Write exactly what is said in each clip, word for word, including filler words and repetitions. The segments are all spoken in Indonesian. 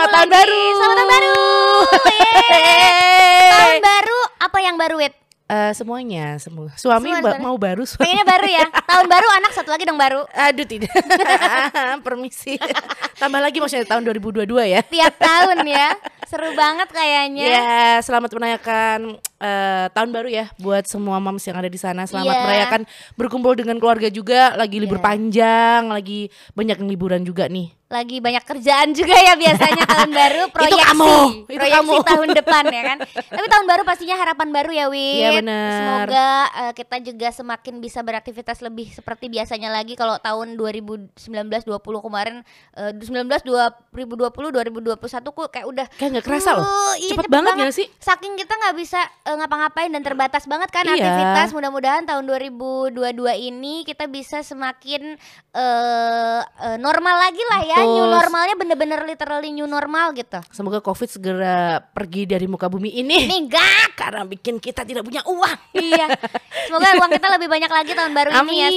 Selamat tahun baru. Selamat tahun baru. Yeay. Tahun baru apa yang baru, Wit? Uh, semuanya, semua. Suami Semua ba- baru. mau baru. Suami. Pengennya baru ya. Tahun baru anak satu lagi dong baru. Aduh tidak. Permisi. Tambah lagi maksudnya tahun dua ribu dua puluh dua ya. Tiap tahun ya. Seru banget kayaknya. Ya, selamat merayakan uh, tahun baru ya buat semua moms yang ada di sana. Selamat Yeah. merayakan berkumpul dengan keluarga juga. Lagi libur Yeah. panjang, lagi banyak yang liburan juga nih. Lagi banyak kerjaan juga ya biasanya tahun baru, proyeksi, Itu kamu, itu proyeksi kamu. tahun depan ya kan. Tapi tahun baru pastinya harapan baru ya, Wit. Iya, benar. Semoga uh, kita juga semakin bisa beraktivitas lebih seperti biasanya lagi. Kalau tahun dua ribu sembilan belas dua puluh kemarin, uh, sembilan belas dua ribu dua puluh dua ribu dua puluh satu kok kayak udah Kayak nggak kerasa loh. uh, iya, Cepet banget gak sih? Saking kita nggak bisa uh, ngapa-ngapain dan terbatas banget kan Iya. aktivitas. Mudah-mudahan tahun dua ribu dua puluh dua ini kita bisa semakin uh, uh, normal lagi lah ya. Betul. New normalnya bener-bener literally new normal gitu. Semoga Covid segera pergi dari muka bumi ini. Nih enggak. Karena bikin kita tidak punya uang. Iya. Semoga uang kita lebih banyak lagi tahun baru ini ya. Amin.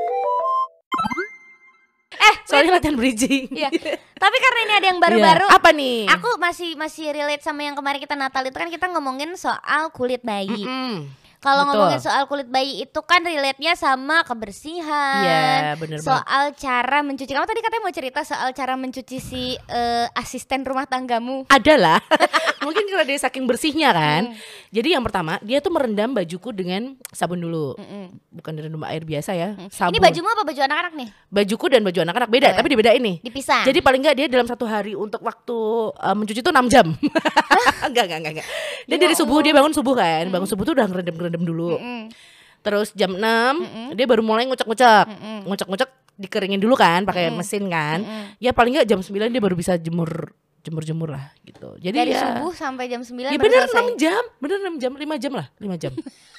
Eh, Soalnya latihan bridging. iya. Tapi karena ini ada yang baru-baru. Iya. Apa nih? Aku masih masih relate sama yang kemarin kita Natal itu kan kita ngomongin soal kulit bayi. Mm-mm. Kalau Betul. ngomongin soal kulit bayi itu kan relate-nya sama kebersihan. Iya, bener soal cara mencuci. Kamu tadi katanya mau cerita soal cara mencuci si uh, asisten rumah tanggamu. Adalah mungkin karena dia saking bersihnya Hmm. kan. Jadi yang pertama dia tuh merendam bajuku dengan sabun dulu. Mm-mm. Bukan direndam air biasa ya. Sabun. Ini bajumu apa baju anak-anak nih? Bajuku dan baju anak-anak beda, Oh, ya. tapi dibedain nih. Dipisah. Jadi paling enggak dia dalam satu hari untuk waktu uh, mencuci itu enam jam. enggak, enggak, enggak, enggak. Dia Ya dari subuh Allah. dia bangun subuh kan. Bangun subuh tuh udah ngerendam-ngerendam dulu. Mm-mm. Terus jam enam Mm-mm. dia baru mulai ngucek-ngucek. Mm-mm. Ngucek-ngucek dikeringin dulu kan pakai Mm-mm. mesin kan. Mm-mm. Ya paling enggak jam sembilan dia baru bisa jemur jemur-jemur lah gitu. Jadi Dari ya subuh sampai jam sembilan ya baru bener selesai. enam jam, bener enam jam, lima jam lah, lima jam.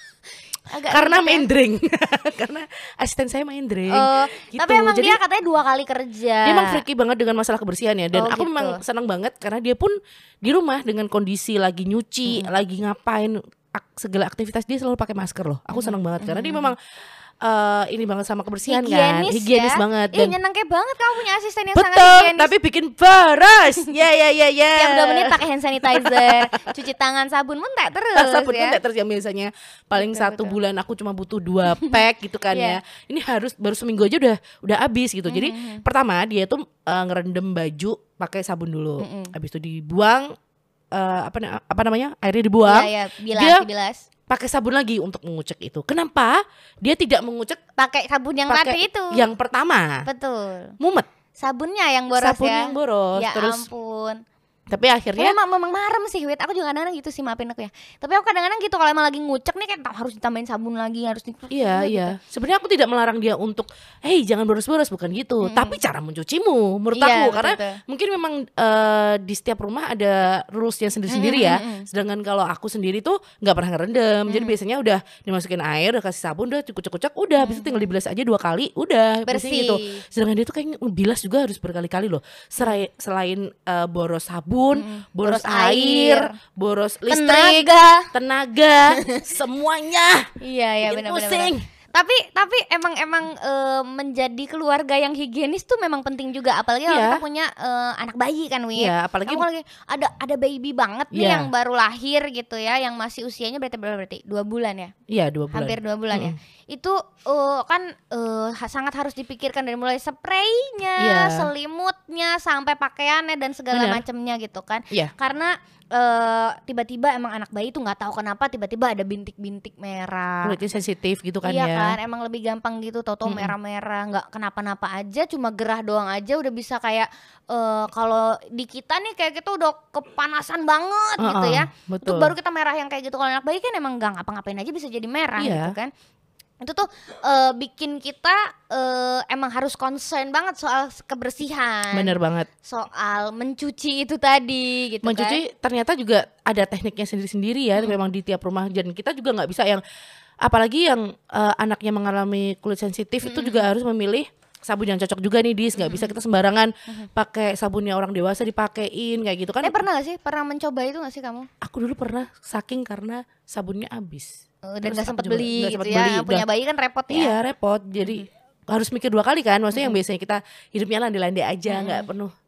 Agak Karena ribet ya. main drink. Karena asisten saya main drink. Oh, gitu. tapi emang Jadi dia katanya dua kali kerja. dia emang freaky banget dengan masalah kebersihan ya. Dan Oh, aku gitu. memang senang banget karena dia pun di rumah dengan kondisi lagi nyuci, lagi ngapain ak- segala aktivitas dia selalu pakai masker loh. Aku senang banget karena dia memang eh, ini banget sama kebersihan kan, Higienis higienis ya. banget Ih, dan nyenengke banget kamu punya asisten yang sangat betul, higienis. tapi bikin boros. Ya ya ya ya. Tiap dua menit pakai hand sanitizer, cuci tangan, sabun pun tak terus Sabun ya. pun tak terus yang biasanya paling Betul, satu betul. bulan aku cuma butuh dua pack gitu kan Iya. ya. Ini harus baru seminggu aja udah udah habis gitu. Jadi pertama dia tuh uh, ngerendam baju pakai sabun dulu. Mm-mm. Habis itu dibuang uh, apa na- apa namanya? Airnya dibuang. Iya, ya, bilas, Dia- bilas. Pakai sabun lagi untuk mengucek itu. Kenapa? Dia tidak mengucek Pakai sabun yang pakai tadi itu. yang pertama. Betul. Mumet. Sabunnya yang boros Sabun ya. yang boros. Ya Terus ampun. tapi akhirnya Memang memang marem sih, Wit. Aku juga kadang-kadang gitu sih, maafin aku ya. Tapi aku kadang-kadang gitu kalau emang lagi ngucek nih kayak harus ditambahin sabun lagi, harus di Iya gitu. iya. Sebenarnya aku tidak melarang dia untuk, hey jangan boros-boros, bukan gitu. Mm-mm. Tapi cara mencucimu, menurut Iya, aku, betul, karena betul. mungkin memang eh, di setiap rumah ada rulesnya sendiri-sendiri ya. Mm-mm. Sedangkan kalau aku sendiri tuh nggak pernah ngerendam. Jadi Mm. biasanya udah dimasukin air, udah kasih sabun, udah kucek-kucek, udah. Habis itu tinggal dibilas aja dua kali, udah. Biasanya Bersih. gitu. Sedangkan dia tuh kayaknya bilas juga harus berkali-kali loh. Serai- Selain eh, boros sabun, Mm-mm. boros, Boros air, air, boros listrik, Tenaga. tenaga, semuanya. Iya ya, Bikin benar-benar. pusing. Tapi tapi emang emang eh, menjadi keluarga yang higienis tuh memang penting juga, apalagi kalau Iya. kita punya eh, anak bayi kan, Wi. Iya, apalagi Kamu lagi ada ada baby banget nih Iya. yang baru lahir gitu ya, yang masih usianya berarti berapa berarti dua bulan ya, Iya dua bulan. hampir dua bulan ya. Mm-mm. Itu eh, kan eh, ha- sangat harus dipikirkan dari mulai spraynya, Iya. selimutnya, sampai pakaiannya dan segala Benar. macamnya gitu kan. Iya. Karena eh, tiba-tiba emang anak bayi tuh nggak tahu kenapa tiba-tiba ada bintik-bintik merah. Kulitnya sensitif gitu kan Iya ya. kan, emang lebih gampang gitu, tau-tau Mm-mm. merah-merah, nggak kenapa-napa aja, cuma gerah doang aja udah bisa kayak eh, kalau di kita nih kayak kita udah kepanasan banget gitu Uh-uh, ya. Itu betul. baru kita merah yang kayak gitu. Kalau anak bayi kan emang nggak ngapa-ngapain aja bisa jadi merah Iya. gitu kan. Itu tuh eh, bikin kita eh, emang harus concern banget soal kebersihan, Bener banget. soal mencuci itu tadi gitu kan. Mencuci ternyata juga ada tekniknya sendiri-sendiri ya. Memang di tiap rumah, dan kita juga nggak bisa yang, apalagi yang eh, anaknya mengalami kulit sensitif itu juga harus memilih sabun yang cocok juga nih, Dis. Nggak bisa kita sembarangan pakai sabunnya orang dewasa dipakein kayak gitu kan. Eh pernah gak sih? Pernah mencoba itu gak sih kamu? Aku dulu pernah saking karena sabunnya habis. Eh, dan Terus gak aku sempet coba- beli nggak gitu sempet ya. beli, Punya udah. bayi kan repot ya. Iya repot, jadi harus mikir dua kali kan. Maksudnya yang biasanya kita hidupnya landai-landai aja, nggak penuh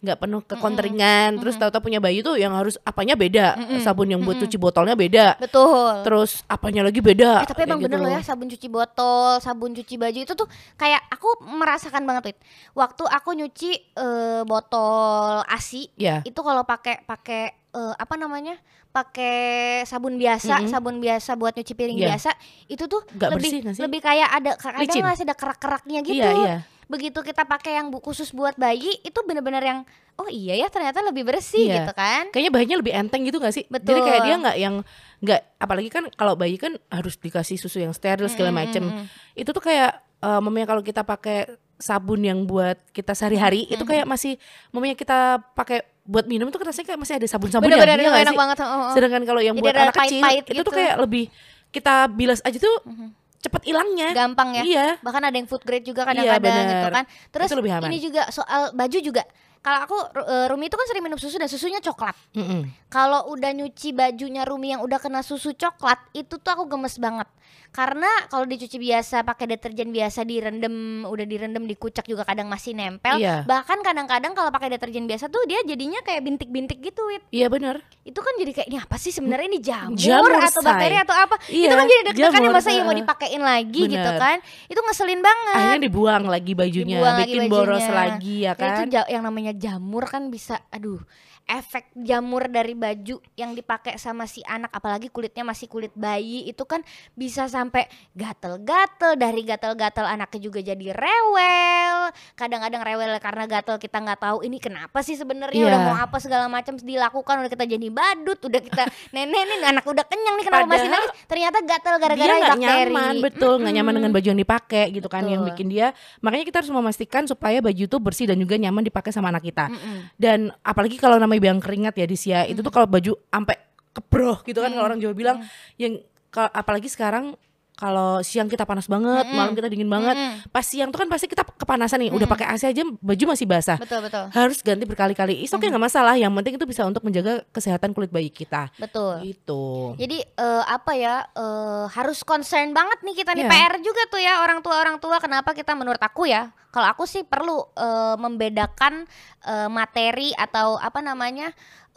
nggak penuh kekontringan. Terus Mm-mm. tahu-tahu punya bayi tuh yang harus apanya beda. Mm-mm. Sabun yang buat Mm-mm. cuci botolnya beda. Betul. Terus apanya lagi beda. Eh, tapi emang kayak bener gitu. loh ya, sabun cuci botol, sabun cuci baju itu tuh kayak aku merasakan banget Wit. Waktu aku nyuci eh, botol ASI Ya. itu kalau pakai pakai eh, apa namanya? Pakai sabun biasa, Mm-mm. sabun biasa buat nyuci piring Iya. biasa, itu tuh Nggak lebih bersih nggak sih? lebih kayak ada kadang Licin. masih ada kerak-keraknya gitu. Iya, iya. Begitu kita pakai yang bu- khusus buat bayi itu bener-bener yang oh iya ya ternyata lebih bersih Iya. gitu kan. Kayaknya bayinya lebih enteng gitu gak sih? Betul. Jadi kayak dia nggak yang nggak, apalagi kan kalau bayi kan harus dikasih susu yang steril segala Mm, mm, macem. mm, mm. Itu tuh kayak uh, mamanya kalau kita pakai sabun yang buat kita sehari-hari itu kayak masih mamanya kita pakai buat minum itu kan rasanya kayak masih ada sabun-sabunnya. Bener-bener iya itu nggak enak sih? banget. Oh, oh. Sedangkan kalau yang Jadi buat ada anak kecil pahit-pahit itu tuh gitu. kayak lebih kita bilas aja tuh cepet hilangnya. Gampang ya. Iya. Bahkan ada yang food grade juga Iya, kadang-kadang bener. gitu kan. Terus Itu lebih aman. ini juga soal baju juga. Kalau aku uh, Rumi itu kan sering minum susu dan susunya coklat. Mm-mm. Kalau udah nyuci bajunya Rumi yang udah kena susu coklat, itu tuh aku gemes banget. Karena kalau dicuci biasa pakai deterjen biasa direndam, udah direndam dikucek juga kadang masih nempel. Iya. Bahkan kadang-kadang kalau pakai deterjen biasa tuh dia jadinya kayak bintik-bintik gitu, Wit. Iya benar. Itu kan jadi kayak ini apa sih sebenarnya, ini jamur, Jamur, atau say. bakteri atau apa? Iya, Itu kan jadi deg-degan ya, jamur, masa ya mau heeh. dipakein lagi gitu Bener. kan. Itu ngeselin banget. Akhirnya dibuang lagi bajunya, Dibuang lagi bikin bajunya. boros lagi ya Nah, itu kan. ja- yang namanya jamur kan bisa, aduh, efek jamur dari baju yang dipakai sama si anak, apalagi kulitnya masih kulit bayi, itu kan bisa sampai gatel-gatel. Dari gatel-gatel anaknya juga jadi rewel. Kadang-kadang rewel karena gatel kita nggak tahu ini kenapa sih sebenarnya, Iya. udah mau apa segala macam dilakukan, udah kita jadi badut, udah kita nenek nih anak udah kenyang nih kenapa masih Padahal nangis, ternyata gatel Dia gara-gara nggak bakteri. nyaman, betul nggak nyaman dengan baju yang dipakai gitu kan, yang Betul. bikin dia. Makanya kita harus memastikan supaya baju itu bersih dan juga nyaman dipakai sama anak kita. Mm-mm. Dan apalagi kalau namanya biang keringat ya Dis ya, itu tuh kalau baju sampai kebroh gitu kan, kalau orang Jawa bilang, yang ka- apalagi sekarang kalau siang kita panas banget, Mm-mm. malam kita dingin banget, Mm-mm. pas siang tuh kan pasti kita kepanasan nih, udah pakai A C aja baju masih basah. Betul betul Harus ganti berkali-kali. Itu oke nggak masalah, yang penting itu bisa untuk menjaga kesehatan kulit bayi kita. betul. Gitu. Jadi eh, apa ya, eh, harus concern banget nih kita nih, Iya. P R juga tuh ya orang tua orang tua. Kenapa kita, menurut aku ya, kalau aku sih perlu eh, membedakan eh, materi atau apa namanya,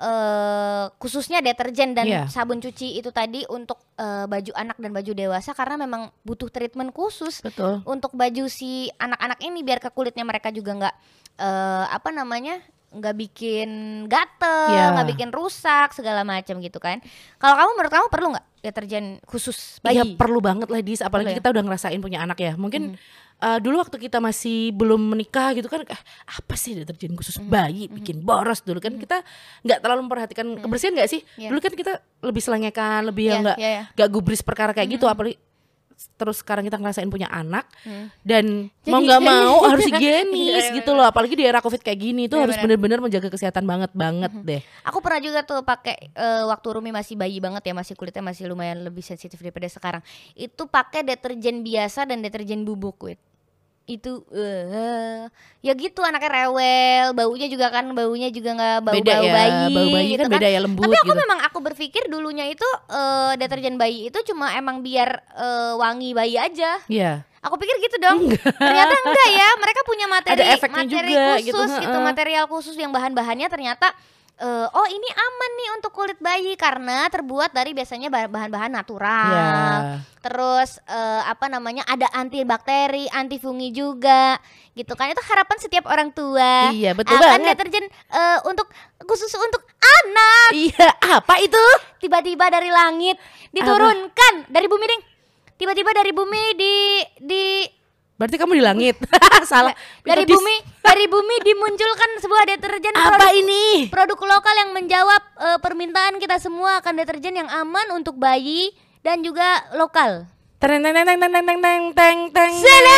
eh, khususnya deterjen dan Iya. sabun cuci itu tadi untuk eh, baju anak dan baju dewasa, karena memang butuh treatment khusus Betul. untuk baju si anak-anak ini biar ke kulitnya mereka juga nggak eh, apa namanya, nggak bikin gatel, Iya. nggak bikin rusak segala macam gitu kan. Kalau kamu, menurut kamu perlu nggak deterjen khusus bayi? Iya perlu banget lah Dis, apalagi Perlu ya? kita udah ngerasain punya anak ya. Mungkin uh, dulu waktu kita masih belum menikah gitu kan, ah, apa sih deterjen khusus bayi, bikin boros dulu kan, kita nggak terlalu memperhatikan kebersihan nggak sih? Iya. Dulu kan kita lebih selengekan, lebih Iya, yang nggak iya, iya. nggak gubris perkara kayak gitu, apalagi terus sekarang kita ngerasain punya anak Hmm. dan Jadi- mau nggak mau harus Iya, higienis iya, gitu loh, apalagi di era Covid kayak gini itu Iya, harus benar. benar-benar menjaga kesehatan banget banget deh. Aku pernah juga tuh pakai eh, waktu Rumi masih bayi banget ya, masih kulitnya masih lumayan lebih sensitif daripada sekarang. Itu pakai deterjen biasa dan deterjen bubuk, Wit. Itu eh ya gitu, anaknya rewel, baunya juga kan, baunya juga nggak bau-bau Beda ya, bayi, bau bayi gitu kan beda ya, lembut Tapi aku gitu. memang aku berpikir dulunya itu eh, deterjen bayi itu cuma emang biar eh, wangi bayi aja. Iya. Aku pikir gitu dong. Ternyata enggak ya. Mereka punya materi Ada efeknya materi juga khusus gitu, gitu, heeh. material khusus yang bahan-bahannya ternyata eh, oh ini aman nih untuk kulit bayi karena terbuat dari biasanya bah- bahan-bahan natural. Iya. Terus eh, apa namanya, ada antibakteri, antifungi juga gitu kan. Itu harapan setiap orang tua. Iya, betul akan banget. deterjen eh, untuk khusus untuk anak. Iya, apa itu? Tiba-tiba dari langit diturunkan dari bumi ding. Tiba-tiba dari bumi di di Berarti kamu di langit. Salah. dari Itu dis- bumi dari bumi dimunculkan sebuah deterjen Apa produk, ini? produk lokal yang menjawab eh, permintaan kita semua akan deterjen yang aman untuk bayi dan juga lokal. Teng teng teng teng teng teng teng teng teng.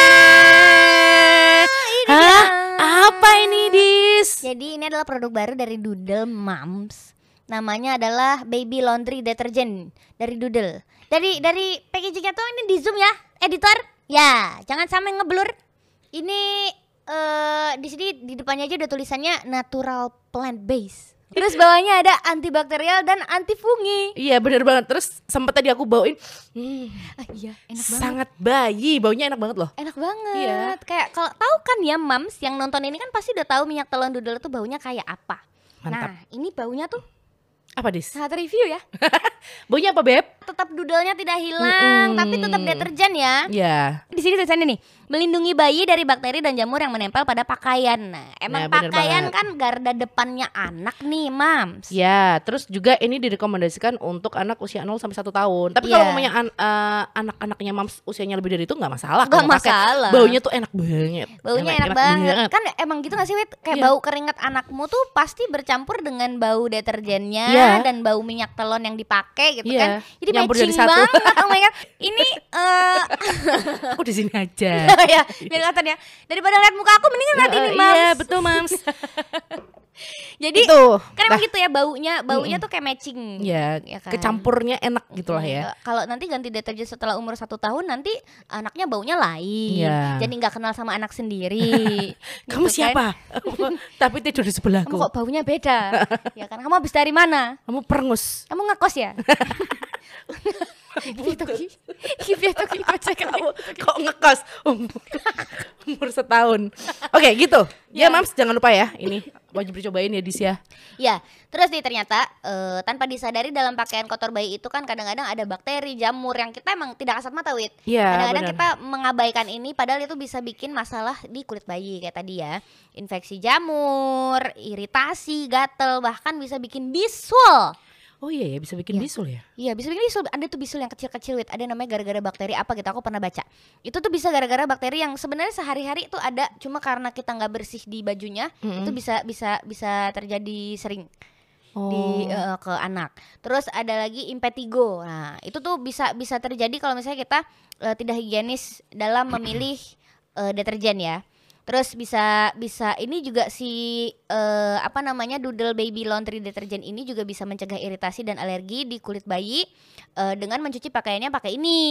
Ini Hah? dia. Apa ini, Dis? Jadi ini adalah produk baru dari Doodle Moms. Namanya adalah Baby Laundry Detergent dari Doodle. Dari dari packagingnya tuh ini di zoom ya, editor. Ya, jangan sampai ngeblur. Ini eh di sini di depannya aja udah tulisannya natural plant based. Terus bawahnya ada antibakterial dan antifungi. Iya bener banget. Terus sempet tadi aku bawain, hmm, Ah, iya, enak banget. sangat bayi, baunya enak banget loh. Enak banget. Iya. Kayak kalau tahu kan ya mams yang nonton ini kan pasti udah tahu minyak telon doodle itu baunya kayak apa. Mantap. Nah, ini baunya tuh Apa Dis? saat review ya. Baunya apa Beb? Tetap doodle-nya tidak hilang, Mm-mm. tapi tetap deterjen ya. Ya. Di sini tulisannya nih, melindungi bayi dari bakteri dan jamur yang menempel pada pakaian. Nah, emang Nah, bener pakaian banget. kan garda depannya anak nih, mams. Ya, terus juga ini direkomendasikan untuk anak usia nol sampai satu tahun. Tapi Iya. kalau namanya an- eh, anak-anaknya mams usianya lebih dari itu nggak masalah. Gak kalau pakai. masalah. Baunya tuh enak banget. Baunya enak, banget. Kan emang gitu gak sih, Wit? Kayak Iya. bau keringat anakmu tuh pasti bercampur dengan bau deterjennya Iya. dan bau minyak telon yang dipakai gitu Iya. kan. Jadi Nyampur matching dari satu. banget. Oh my god. Ini eh Aku di sini aja. ya, biar kelihatan ya. Daripada lihat muka aku mendingan lihat ini, Eh, Mams. Iya, betul Mams. Jadi Itu. kan emang Nah, gitu ya baunya, baunya tuh kayak matching. ya, ya kan? kecampurnya enak gitulah Hmm, ya. Kalau nanti ganti deterjen setelah umur satu tahun nanti anaknya baunya lain. Iya. Jadi nggak kenal sama anak sendiri. Kamu Gitu kan. siapa? Tapi tidur di sebelahku. Kamu kok baunya beda? Ya kan, kamu habis dari mana? Kamu perengus. Kamu ngekos ya? Kibetoki, kibetoki Kamu kok ngekos umur, umur setahun. Oke gitu. Ya, Ya. Mams jangan lupa ya. Ini wajib dicobain ya Dis ya. Ya, terus nih ternyata eh, tanpa disadari dalam pakaian kotor bayi itu kan kadang-kadang ada bakteri, jamur yang kita emang tidak kasat mata, Wit. Iya, Kadang-kadang benar. kita mengabaikan ini padahal itu bisa bikin masalah di kulit bayi kayak tadi ya. Infeksi jamur, iritasi, gatel, bahkan bisa bikin bisul. Oh iya ya bisa bikin Iya. bisul ya. Iya, bisa bikin bisul. Ada tuh bisul yang kecil-kecil, Wit. Ada namanya gara-gara bakteri apa gitu, aku pernah baca. Itu tuh bisa gara-gara bakteri yang sebenarnya sehari-hari itu ada, cuma karena kita nggak bersih di bajunya, Mm-mm. itu bisa bisa bisa terjadi sering Oh. di eh, ke anak. Terus ada lagi impetigo. Nah, itu tuh bisa bisa terjadi kalau misalnya kita eh, tidak higienis dalam memilih eh, deterjen ya. Terus bisa bisa ini juga si eh, apa namanya Doodle Baby Laundry Deterjen ini juga bisa mencegah iritasi dan alergi di kulit bayi eh, dengan mencuci pakaiannya pakai ini.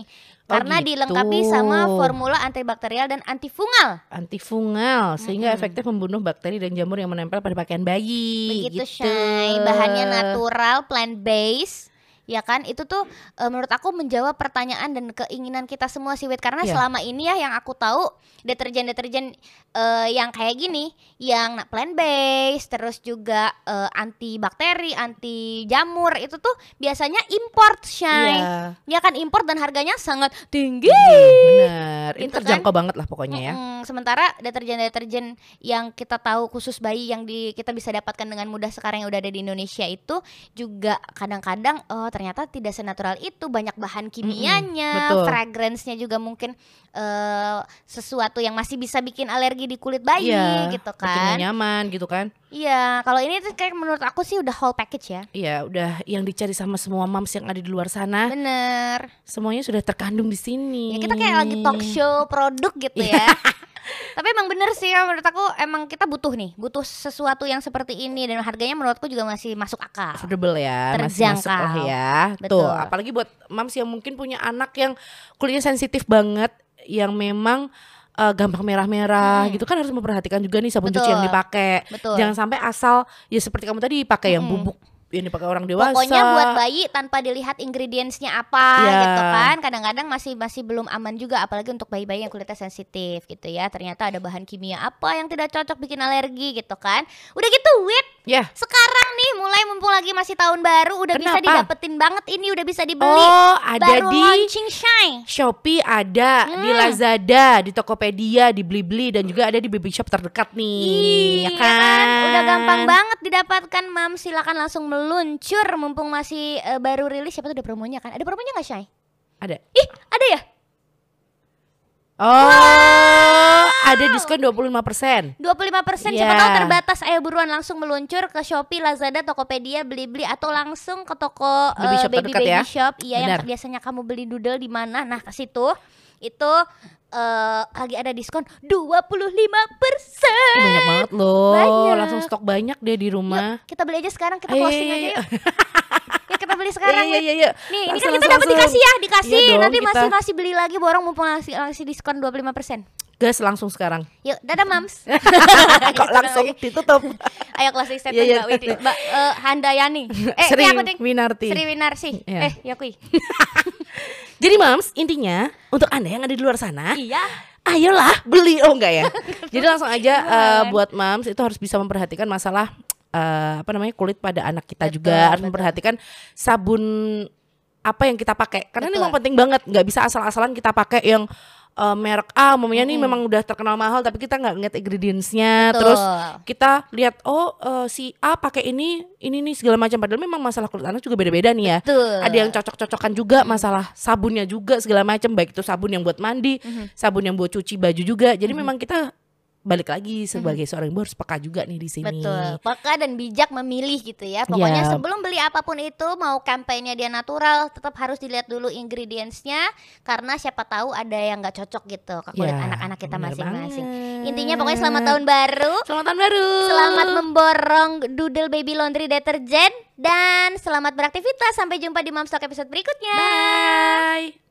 Oh, Karena gitu. dilengkapi sama formula antibakterial dan antifungal. Antifungal sehingga Mm-mm. efektif membunuh bakteri dan jamur yang menempel pada pakaian bayi. Begitu, gitu. Shay. Bahannya natural, plant based. Ya kan, itu tuh e, menurut aku menjawab pertanyaan dan keinginan kita semua sih, Wit. Karena Iya. selama ini ya yang aku tahu deterjen-deterjen e, yang kayak gini, yang plant based, terus juga e, anti bakteri, anti jamur itu tuh biasanya import, Shay. Iya. Ya kan, import dan harganya sangat tinggi. Benar. Ini Gitu kan? terjangkau banget lah pokoknya ya. Mm-mm. Sementara deterjen-deterjen yang kita tahu khusus bayi yang di kita bisa dapatkan dengan mudah sekarang yang udah ada di Indonesia itu juga kadang-kadang oh ternyata tidak senatural itu, banyak bahan kimianya, betul. fragrance-nya juga mungkin eh, sesuatu yang masih bisa bikin alergi di kulit bayi Iya, gitu bikin nggak kan. nyaman gitu kan. Iya, kalau ini tuh kayak menurut aku sih udah whole package ya. Iya, udah yang dicari sama semua moms yang ada di luar sana, Bener. semuanya sudah terkandung di sini. Ya kita kayak lagi talk show produk gitu ya. Tapi emang bener sih ya, menurut aku emang kita butuh nih, butuh sesuatu yang seperti ini dan harganya menurutku juga masih masuk akal. Affordable ya, masih masuk lah Terjangkau. ya. Betul. Tuh, apalagi buat moms yang mungkin punya anak yang kulitnya sensitif banget, yang memang eh, gampang merah-merah Mm-mm. gitu kan, harus memperhatikan juga nih sabun Betul. cuci yang dipakai. Betul. Jangan sampai asal ya seperti kamu tadi pakai yang Mm-mm. bubuk yang dipakai orang dewasa. Pokoknya buat bayi tanpa dilihat ingredientsnya apa Ya. gitu kan. Kadang-kadang masih masih belum aman juga, apalagi untuk bayi-bayi yang kulitnya sensitif gitu ya. Ternyata ada bahan kimia apa yang tidak cocok bikin alergi gitu kan. Udah gitu, Wit. Ya. Sekarang nih mulai mumpung lagi masih tahun baru udah bisa Kenapa? didapetin banget ini, udah bisa dibeli. Oh, ada Baru di launching Shine. Shopee, ada di Hmm. Lazada, di Tokopedia, di Blibli, dan juga ada di baby shop terdekat nih. Iya Ya kan? Udah gampang banget didapatkan, Mam. Silakan langsung meluncur mumpung masih eh, baru rilis. Siapa tuh ada promonya kan? Ada promonya nggak, Shay? Ada. Ih, ada ya? Oh, ada diskon dua puluh lima persen. dua puluh lima persen. Iya. Siapa tahu terbatas. Ayo buruan langsung meluncur ke Shopee, Lazada, Tokopedia, Blibli atau langsung ke toko Baby eh, shop baby terdekat baby ya. shop. Iya, yang Benar. biasanya kamu beli doodle di mana? Nah, ke situ. Itu eh, lagi ada diskon dua puluh lima persen. Banyak banget loh. Banyak. Langsung stok banyak deh di rumah. Yuk, kita beli aja sekarang, kita Ayo, closing ayo, aja ayo. yuk. Ya kita beli sekarang. Iya, iya, iya, iya. Nih, ini Langsung, kan kita dapat langsung. dikasih ya, dikasih. Iya dong, Nanti kita- masih masih beli lagi borong mumpung masih masih diskon dua puluh lima persen. Gas langsung sekarang. Yuk, dadah Mams. Kok langsung ditutup. Ayo closing statement Iya, iya. Mbak Widi, Mbak eh, Handayani. Eh, Sri ini aku ding. Winarti. Sri Winarsi. Iya. Eh, ya kui. Jadi Mams, intinya untuk Anda yang ada di luar sana, Iya. ayolah beli. Oh enggak ya. Jadi langsung aja eh, buat Mams itu harus bisa memperhatikan masalah eh, apa namanya kulit pada anak kita Betul, juga, harus betul. memperhatikan sabun apa yang kita pakai. Karena ini Betul. memang penting banget, nggak bisa asal-asalan kita pakai yang eh, merek A, mamanya nih Mm-mm. memang udah terkenal mahal tapi kita nggak ngeliat ingredientsnya. Betul. Terus kita lihat oh eh, si A pakai ini, ini nih segala macam. Padahal memang masalah kulit anak juga beda-beda nih ya. Betul. Ada yang cocok-cocokan juga masalah sabunnya juga segala macam, baik itu sabun yang buat mandi, sabun yang buat cuci baju juga. Jadi memang kita balik lagi sebagai seorang ibu harus peka juga nih di sini. Betul, peka dan bijak memilih gitu ya. Pokoknya Ya. sebelum beli apapun itu, mau kampanye dia natural, tetap harus dilihat dulu ingredientsnya, karena siapa tahu ada yang nggak cocok gitu ke kulit Ya, anak-anak kita benar masing-masing. banget. Intinya pokoknya selamat tahun baru, Selamat tahun baru. selamat memborong Doodle Baby Laundry Detergent, dan selamat beraktivitas. Sampai jumpa di Mom's Talk episode berikutnya. Bye.